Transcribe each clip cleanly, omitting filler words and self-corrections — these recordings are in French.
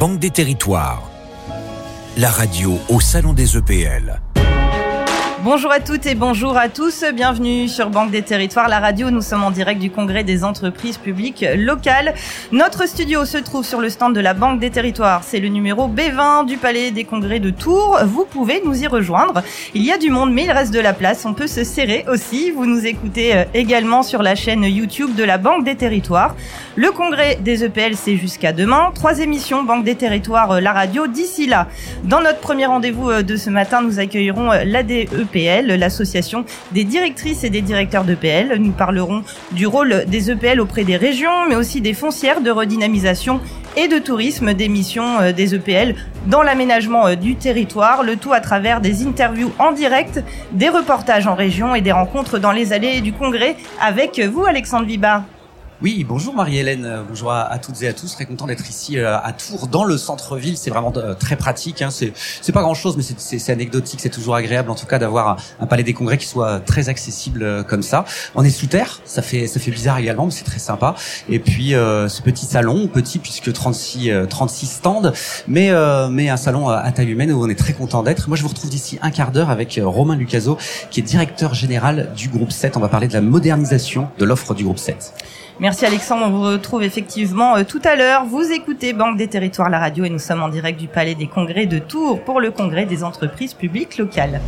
Banque des Territoires, la radio au Salon des EPL. Bonjour à toutes et bonjour à tous, bienvenue sur Banque des Territoires, la radio. Nous sommes en direct du congrès des entreprises publiques locales. Notre studio se trouve sur le stand de la Banque des Territoires. C'est le numéro B20 du Palais des Congrès de Tours. Vous pouvez nous y rejoindre. Il y a du monde, mais il reste de la place. On peut se serrer aussi. Vous nous écoutez également sur la chaîne YouTube de la Banque des Territoires. Le congrès des EPL, c'est jusqu'à demain. 3 émissions Banque des Territoires, la radio. D'ici là, dans notre premier rendez-vous de ce matin, nous accueillerons l'ADEPL, l'association des directrices et des directeurs d'EPL. Nous parlerons du rôle des EPL auprès des régions, mais aussi des foncières de redynamisation et de tourisme, des missions des EPL dans l'aménagement du territoire, le tout à travers des interviews en direct, des reportages en région et des rencontres dans les allées du congrès avec vous, Alexandre Vibard. Oui, bonjour Marie-Hélène, bonjour à toutes et à tous, très content d'être ici à Tours, dans le centre-ville. C'est vraiment très pratique, hein. C'est pas grand-chose, mais c'est anecdotique, c'est toujours agréable en tout cas d'avoir un palais des congrès qui soit très accessible comme ça. On est sous terre, ça fait bizarre également, mais c'est très sympa. Et puis ce petit salon, petit puisque 36 stands, mais un salon à taille humaine où on est très content d'être. Moi je vous retrouve d'ici un quart d'heure avec Romain Lucaso, qui est directeur général du groupe 7. On va parler de la modernisation de l'offre du groupe 7. Merci Alexandre, on vous retrouve effectivement tout à l'heure. Vous écoutez Banque des Territoires, la radio, et nous sommes en direct du Palais des Congrès de Tours pour le congrès des entreprises publiques locales.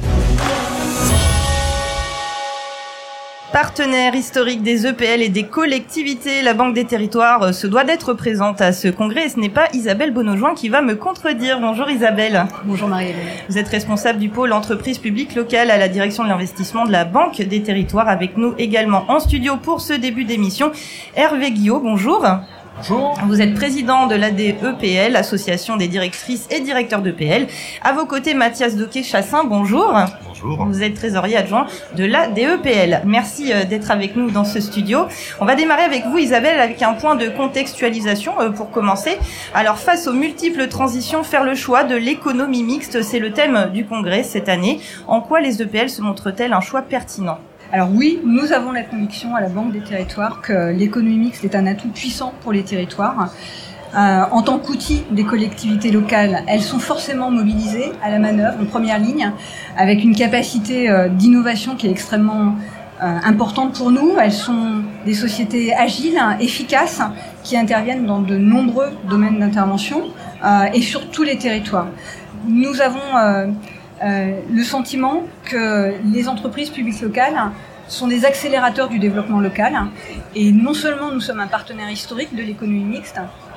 Partenaire historique des EPL et des collectivités, la Banque des Territoires se doit d'être présente à ce congrès et ce n'est pas Isabelle Bonaujoin qui va me contredire. Bonjour Isabelle. Bonjour Marie-Hélène. Vous êtes responsable du pôle entreprise publique locale à la direction de l'investissement de la Banque des Territoires. Avec nous également en studio pour ce début d'émission, Hervé Guillot. Bonjour. Bonjour. Vous êtes président de l'ADEPL, association des directrices et directeurs d'EPL. À vos côtés, Mathias Doquet-Chassin, bonjour. Bonjour. Vous êtes trésorier adjoint de l'ADEPL. Merci d'être avec nous dans ce studio. On va démarrer avec vous, Isabelle, avec un point de contextualisation pour commencer. Alors, face aux multiples transitions, faire le choix de l'économie mixte, c'est le thème du congrès cette année. En quoi les EPL se montrent-elles un choix pertinent ? Alors oui, nous avons la conviction à la Banque des Territoires que l'économie mixte est un atout puissant pour les territoires. En tant qu'outil des collectivités locales, elles sont forcément mobilisées à la manœuvre, en première ligne, avec une capacité d'innovation qui est extrêmement importante pour nous. Elles sont des sociétés agiles, efficaces, qui interviennent dans de nombreux domaines d'intervention et sur tous les territoires. Nous avons le sentiment que les entreprises publiques locales sont des accélérateurs du développement local. Et non seulement nous sommes un partenaire historique de l'économie mixte,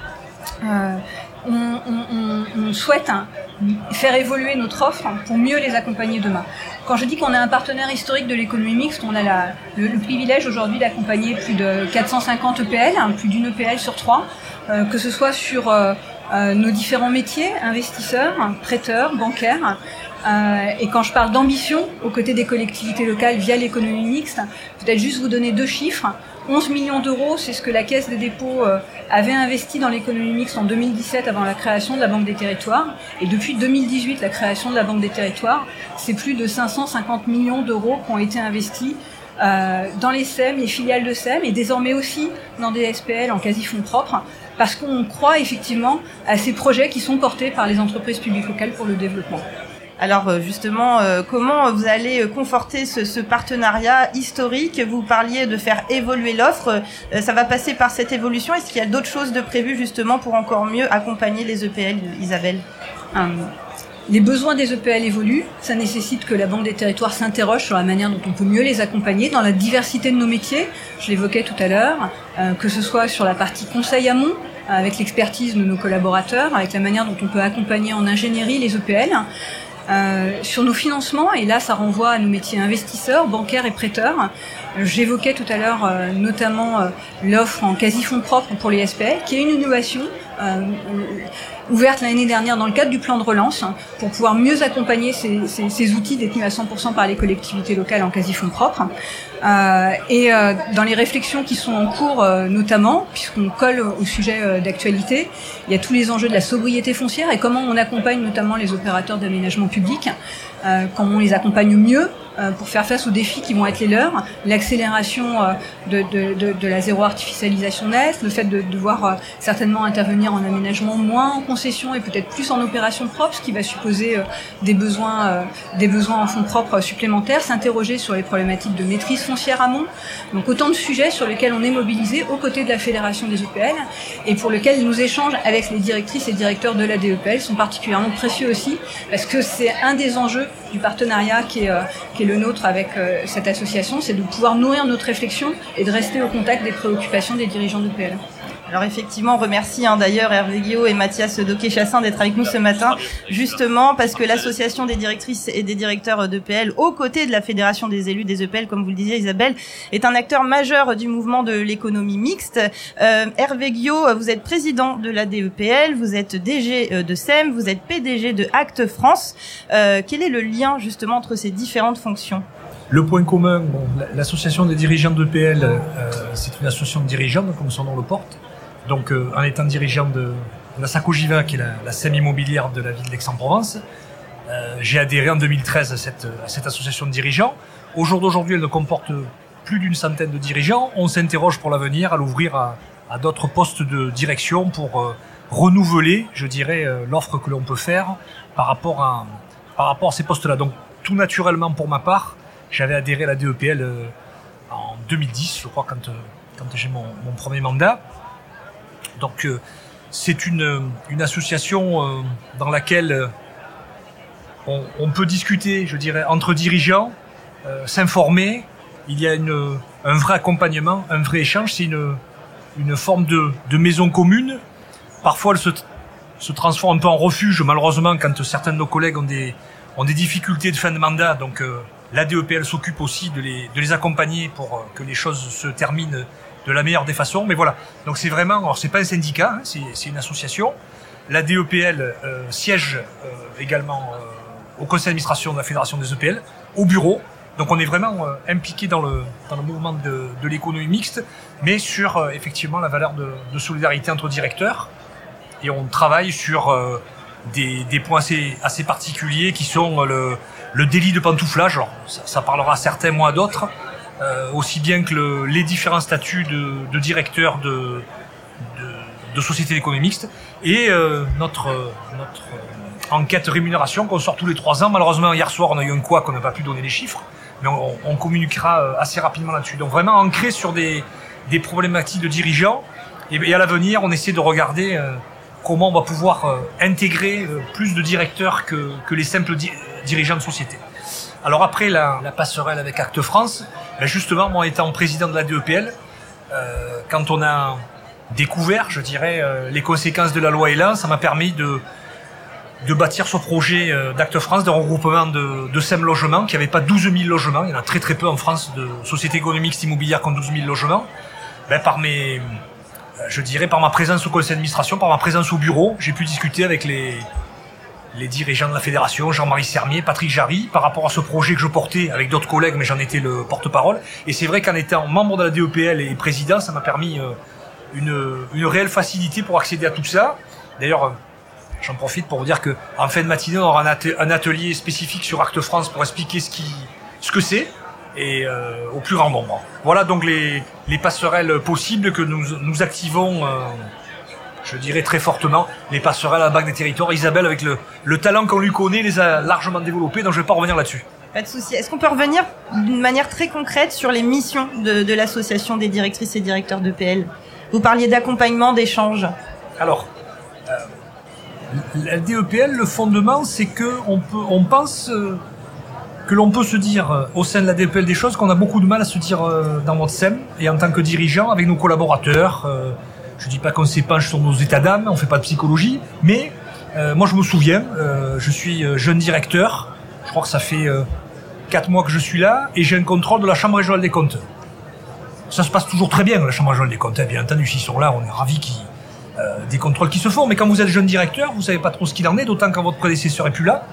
on souhaite faire évoluer notre offre pour mieux les accompagner demain. Quand je dis qu'on est un partenaire historique de l'économie mixte, on a le privilège aujourd'hui d'accompagner plus de 450 EPL, plus d'une EPL sur 3, que ce soit sur nos différents métiers, investisseurs, prêteurs, bancaires. Et quand je parle d'ambition aux côtés des collectivités locales via l'économie mixte, peut-être juste vous donner 2 chiffres. 11 millions d'euros, c'est ce que la Caisse des dépôts avait investi dans l'économie mixte en 2017 avant la création de la Banque des Territoires. Et depuis 2018, la création de la Banque des Territoires, c'est plus de 550 millions d'euros qui ont été investis dans les SEM, les filiales de SEM, et désormais aussi dans des SPL en quasi-fonds propres, parce qu'on croit effectivement à ces projets qui sont portés par les entreprises publiques locales pour le développement. Alors justement, comment vous allez conforter ce partenariat historique ? Vous parliez de faire évoluer l'offre. Ça va passer par cette évolution. Est-ce qu'il y a d'autres choses de prévues justement pour encore mieux accompagner les EPL, Isabelle ? Les besoins des EPL évoluent. Ça nécessite que la Banque des Territoires s'interroge sur la manière dont on peut mieux les accompagner dans la diversité de nos métiers. Je l'évoquais tout à l'heure, que ce soit sur la partie conseil amont, avec l'expertise de nos collaborateurs, avec la manière dont on peut accompagner en ingénierie les EPL. Sur nos financements, et là ça renvoie à nos métiers investisseurs, bancaires et prêteurs. J'évoquais tout à l'heure notamment l'offre en quasi-fonds propres pour les SPL, qui est une innovation ouverte l'année dernière dans le cadre du plan de relance pour pouvoir mieux accompagner ces outils détenus à 100% par les collectivités locales en quasi-fonds propres. Dans les réflexions qui sont en cours notamment, puisqu'on colle au sujet d'actualité, il y a tous les enjeux de la sobriété foncière et comment on accompagne notamment les opérateurs d'aménagement public. comment on les accompagne mieux pour faire face aux défis qui vont être les leurs, l'accélération de la zéro artificialisation nette, le fait de devoir certainement intervenir en aménagement, moins en concession et peut-être plus en opération propre, ce qui va supposer des besoins en fonds propres supplémentaires, s'interroger sur les problématiques de maîtrise foncière amont. Donc autant de sujets sur lesquels on est mobilisé aux côtés de la Fédération des EPL et pour lesquels nos échanges avec les directrices et directeurs de la DEPL sont particulièrement précieux aussi, parce que c'est un des enjeux du partenariat qui est le nôtre avec cette association, c'est de pouvoir nourrir notre réflexion et de rester au contact des préoccupations des dirigeants d'EPL. Alors effectivement, on remercie d'ailleurs Hervé Guillot et Mathias Doquet-Chassin d'être avec nous ce matin, justement parce que l'association des directrices et des directeurs d'EPL, aux côtés de la Fédération des élus des EPL, comme vous le disiez Isabelle, est un acteur majeur du mouvement de l'économie mixte. Hervé Guillot, vous êtes président de la DEPL, vous êtes DG de SEM, vous êtes PDG de Acte France. Quel est le lien justement entre ces différentes fonctions ? Le point commun, l'association des dirigeants d'EPL, c'est une association de dirigeants, comme son nom le porte. Donc, en étant dirigeant de la SACOGIVA, qui est la SEM immobilière de la ville d'Aix-en-Provence, j'ai adhéré en 2013 à cette association de dirigeants. Au jour d'aujourd'hui, elle ne comporte plus d'une centaine de dirigeants. On s'interroge pour l'avenir à l'ouvrir à d'autres postes de direction pour renouveler, je dirais, l'offre que l'on peut faire par rapport à ces postes-là. Donc, tout naturellement, pour ma part, j'avais adhéré à la DEPL en 2010, je crois, quand j'ai mon premier mandat. Donc c'est une association dans laquelle on peut discuter, je dirais, entre dirigeants, s'informer. Il y a un vrai accompagnement, un vrai échange. C'est une forme de maison commune. Parfois, elle se transforme un peu en refuge, malheureusement, quand certains de nos collègues ont des difficultés de fin de mandat. Donc la DEPL s'occupe aussi de les accompagner pour que les choses se terminent de la meilleure des façons, mais voilà. Donc c'est vraiment, alors c'est pas un syndicat, hein, c'est une association. La DEPL siège également au conseil d'administration de la Fédération des EPL, au bureau. Donc on est vraiment impliqué dans le mouvement de l'économie mixte, mais sur effectivement la valeur de solidarité entre directeurs. Et on travaille sur des points assez particuliers qui sont le délit de pantouflage. Alors ça parlera à certains, moins à d'autres. Aussi bien que les différents statuts de directeurs de sociétés d'économie mixte et notre enquête rémunération qu'on sort tous les 3 ans. Malheureusement, hier soir, on a eu un couac, on n'a pas pu donner les chiffres, mais on communiquera assez rapidement là-dessus. Donc vraiment ancré sur des problématiques de dirigeants et à l'avenir, on essaie de regarder comment on va pouvoir intégrer plus de directeurs que les simples dirigeants de société. Alors après la passerelle avec Acte France, ben justement, moi étant président de la DEPL, quand on a découvert, je dirais, les conséquences de la loi Elan, ça m'a permis de bâtir ce projet d'Acte France, de regroupement de SEM logements, qui n'avait pas 12 000 logements. Il y en a très très peu en France de sociétés économiques immobilières qui ont 12 000 logements. Ben, par ma présence au conseil d'administration, par ma présence au bureau, j'ai pu discuter avec les dirigeants de la fédération, Jean-Marie Sermier, Patrick Jarry, par rapport à ce projet que je portais avec d'autres collègues, mais j'en étais le porte-parole. Et c'est vrai qu'en étant membre de la DEPL et président, ça m'a permis une réelle facilité pour accéder à tout ça. D'ailleurs, j'en profite pour vous dire que en fin de matinée, on aura un atelier spécifique sur Acte France pour expliquer ce que c'est et au plus grand nombre. Voilà donc les passerelles possibles que nous activons. Je dirais très fortement, les passerelles à la Banque des Territoires. Isabelle, avec le talent qu'on lui connaît, les a largement développés, donc je ne vais pas revenir là-dessus. Pas de souci. Est-ce qu'on peut revenir d'une manière très concrète sur les missions de l'association des directrices et directeurs d'EPL ? Vous parliez d'accompagnement, d'échange. Alors, la DEPL, le fondement, c'est on pense que l'on peut se dire au sein de la DEPL des choses qu'on a beaucoup de mal à se dire dans notre SEM et en tant que dirigeant avec nos collaborateurs. Je dis pas qu'on s'épanche sur nos états d'âme, on fait pas de psychologie, mais moi je me souviens, je suis jeune directeur, je crois que ça fait 4 mois que je suis là, et j'ai un contrôle de la Chambre régionale des comptes. Ça se passe toujours très bien, la Chambre régionale des comptes, bien entendu, s'ils sont là, on est ravis des contrôles qui se font, mais quand vous êtes jeune directeur, vous savez pas trop ce qu'il en est, d'autant quand votre prédécesseur est plus là.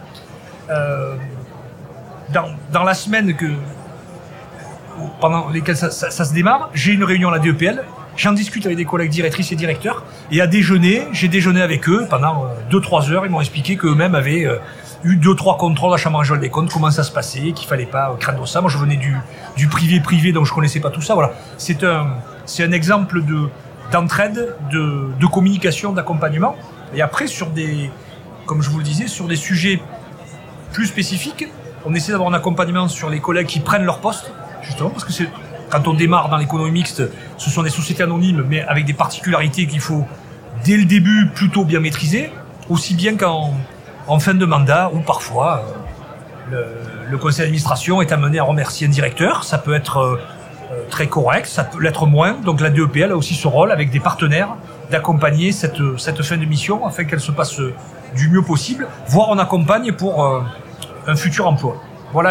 Dans la semaine pendant lesquelles ça se démarre, j'ai une réunion à la DEPL, j'en discute avec des collègues directrices et directeurs, et à déjeuner, j'ai déjeuné avec eux pendant 2-3 heures, ils m'ont expliqué qu'eux-mêmes avaient eu 2-3 contrôles à la Chambre régionale des comptes, comment ça se passait, qu'il fallait pas craindre ça. Moi, je venais du privé, donc je connaissais pas tout ça. Voilà, c'est un exemple d'entraide, de communication, d'accompagnement. Et après, comme je vous le disais, sur des sujets plus spécifiques, on essaie d'avoir un accompagnement sur les collègues qui prennent leur poste, justement, parce que quand on démarre dans l'économie mixte, ce sont des sociétés anonymes, mais avec des particularités qu'il faut, dès le début, plutôt bien maîtriser, aussi bien qu'en fin de mandat, où parfois le conseil d'administration est amené à remercier un directeur. Ça peut être très correct, ça peut l'être moins. Donc la DEPL a aussi ce rôle, avec des partenaires, d'accompagner cette fin de mission afin qu'elle se passe du mieux possible, voire on accompagne pour un futur emploi. Voilà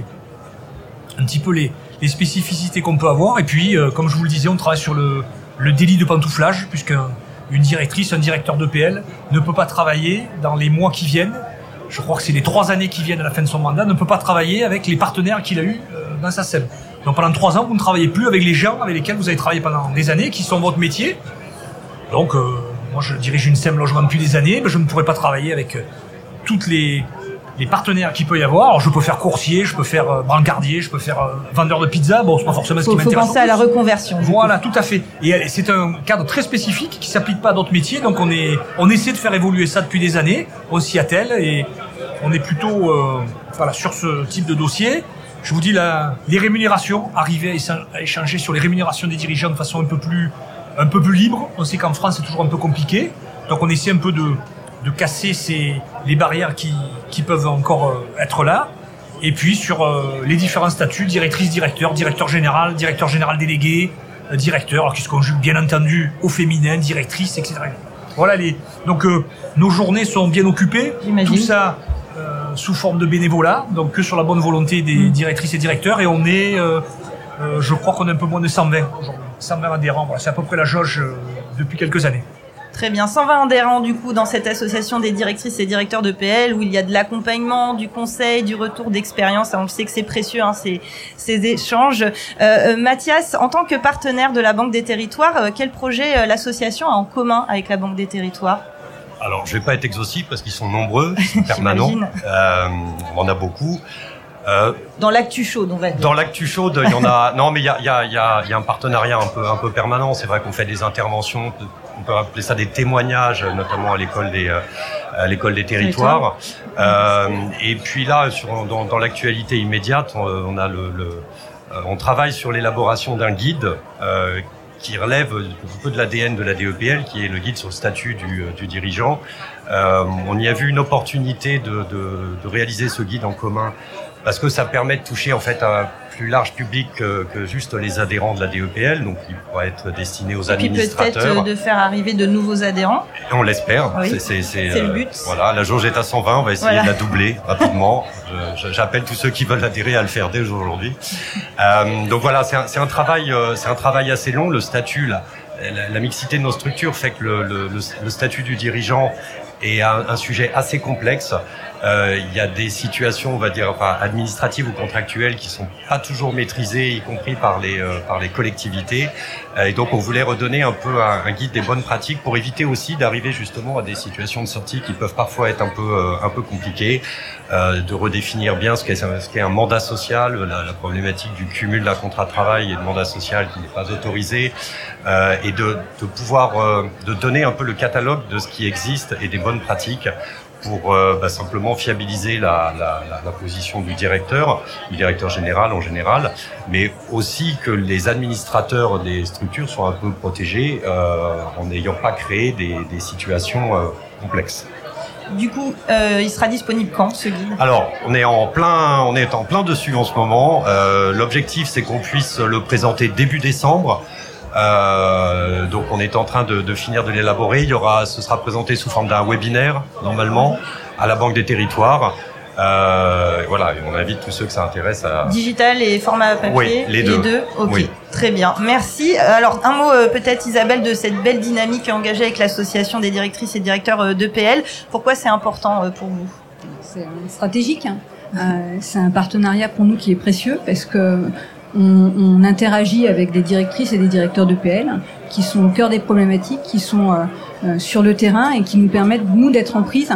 un petit peu les spécificités qu'on peut avoir. Et puis, comme je vous le disais, on travaille sur le délit de pantouflage, puisqu'une directrice, un directeur d'EPL ne peut pas travailler dans les mois qui viennent. Je crois que c'est les 3 années qui viennent à la fin de son mandat, ne peut pas travailler avec les partenaires qu'il a eus dans sa SEM. Donc pendant 3 ans, vous ne travaillez plus avec les gens avec lesquels vous avez travaillé pendant des années, qui sont votre métier. Donc, moi, je dirige une SEM logement depuis des années, mais je ne pourrais pas travailler avec toutes les partenaires qu'il peut y avoir. Alors, je peux faire coursier, je peux faire brancardier, je peux faire vendeur de pizza. Bon, c'est pas forcément ce qui m'intéresse. Faut penser à la reconversion. Voilà, tout à fait. Et c'est un cadre très spécifique qui s'applique pas à d'autres métiers. Donc, on essaie de faire évoluer ça depuis des années. On s'y attelle et on est plutôt sur ce type de dossier. Je vous dis, les rémunérations, arriver à échanger sur les rémunérations des dirigeants de façon un peu plus libre. On sait qu'en France, c'est toujours un peu compliqué. Donc, on essaie un peu de casser les barrières qui peuvent encore être là. Et puis, sur les différents statuts, directrice, directeur général délégué, directeur, alors qui se conjugue bien entendu au féminin, directrice, etc. Voilà donc, nos journées sont bien occupées. J'imagine. Tout ça sous forme de bénévolat, donc que sur la bonne volonté des directrices et directeurs. Et on est, je crois qu'on est un peu moins de 120 aujourd'hui. 120 adhérents, voilà, c'est à peu près la jauge depuis quelques années. Très bien, 120 adhérents du coup dans cette association des directrices et directeurs d'EPL, où il y a de l'accompagnement, du conseil, du retour d'expérience. On le sait que c'est précieux, ces échanges. Mathias, en tant que partenaire de la Banque des Territoires, quel projet l'association a en commun avec la Banque des Territoires ? Alors, je vais pas être exhaustif parce qu'ils sont nombreux, ils sont permanents. On en a beaucoup. Dans l'actu chaude, on va dire. Dans l'actu chaude, il y en a. Non, mais il y a un partenariat un peu permanent. C'est vrai qu'on fait des interventions. On peut appeler ça des témoignages, notamment à l'école des territoires. Et puis là, dans l'actualité immédiate, on travaille sur l'élaboration d'un guide qui relève un peu de l'ADN de la DEPL, qui est le guide sur le statut du dirigeant. On y a vu une opportunité de réaliser ce guide en commun, parce que ça permet de toucher en fait un plus large public que juste les adhérents de la DEPL, donc il pourrait être destiné aux administrateurs. Et puis peut-être de faire arriver de nouveaux adhérents. Et on l'espère. Oui, c'est le but. Voilà, la jauge est à 120, on va essayer de la doubler rapidement. J'appelle tous ceux qui veulent adhérer à le faire dès aujourd'hui. Donc voilà, c'est un travail assez long. Le statut, la mixité de nos structures fait que le statut du dirigeant est un sujet assez complexe. Il y a des situations, on va dire, administratives ou contractuelles qui sont pas toujours maîtrisées, y compris par les collectivités. Et donc, on voulait redonner un peu un guide des bonnes pratiques pour éviter aussi d'arriver justement à des situations de sortie qui peuvent parfois être un peu compliquées, de redéfinir bien ce qu'est un mandat social, la problématique du cumul d'un contrat de travail et de mandat social qui n'est pas autorisé, et de pouvoir de donner un peu le catalogue de ce qui existe et des bonnes pratiques pour simplement fiabiliser la position du directeur général en général, mais aussi que les administrateurs des structures soient un peu protégés en n'ayant pas créé des situations complexes. Du coup, il sera disponible quand, ce guide ? Alors, on est en plein dessus en ce moment. L'objectif, c'est qu'on puisse le présenter début décembre. Donc on est en train de finir de l'élaborer. Ce sera présenté sous forme d'un webinaire normalement à la Banque des Territoires. Voilà, et on invite tous ceux que ça intéresse à... Digital et format papier. Oui, les deux. Ok, oui. Très bien, merci. Alors un mot peut-être Isabelle de cette belle dynamique engagée avec l'association des directrices et directeurs d'EPL. Pourquoi c'est important pour vous ? C'est stratégique. C'est un partenariat pour nous qui est précieux parce que on interagit avec des directrices et des directeurs d'EPL qui sont au cœur des problématiques, qui sont sur le terrain et qui nous permettent, nous, d'être en prise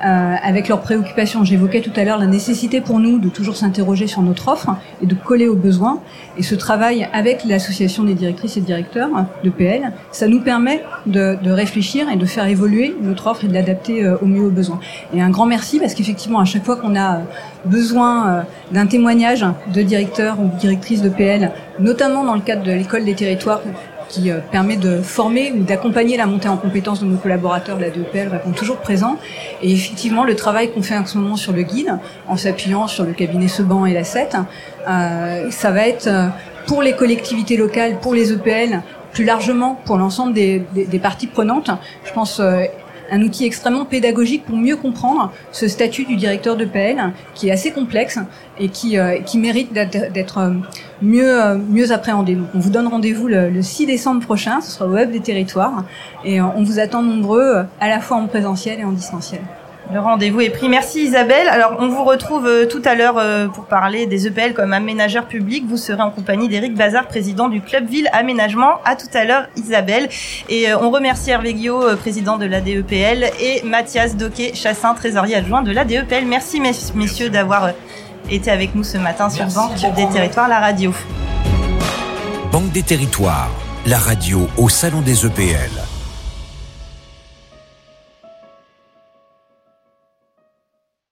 avec leurs préoccupations. J'évoquais tout à l'heure la nécessité pour nous de toujours s'interroger sur notre offre et de coller aux besoins. Et ce travail avec l'association des directrices et directeurs de PL, ça nous permet de réfléchir et de faire évoluer notre offre et de l'adapter au mieux aux besoins. Et un grand merci parce qu'effectivement, à chaque fois qu'on a besoin d'un témoignage de directeurs ou directrices de PL, notamment dans le cadre de l'école des territoires, qui permet de former ou d'accompagner la montée en compétences de nos collaborateurs, la DEPL répond toujours présent. Et effectivement, le travail qu'on fait en ce moment sur le guide, en s'appuyant sur le cabinet Seban et la 7, ça va être pour les collectivités locales, pour les EPL, plus largement pour l'ensemble des parties prenantes. Je pense un outil extrêmement pédagogique pour mieux comprendre ce statut du directeur de PL qui est assez complexe et qui mérite d'être mieux appréhendé. Donc on vous donne rendez-vous le 6 décembre prochain, ce sera au Hub des territoires et on vous attend nombreux à la fois en présentiel et en distanciel. Le rendez-vous est pris. Merci Isabelle. Alors, on vous retrouve tout à l'heure pour parler des EPL comme aménageurs publics. Vous serez en compagnie d'Éric Bazard, président du Club Ville Aménagement. À tout à l'heure, Isabelle. Et on remercie Hervé Guillot, président de l'ADEPL, et Mathias Doquet-Chassin, trésorier adjoint de l'ADEPL. Merci messieurs d'avoir été avec nous ce matin sur Banque des Territoires, la radio. Banque des Territoires, la radio au Salon des EPL.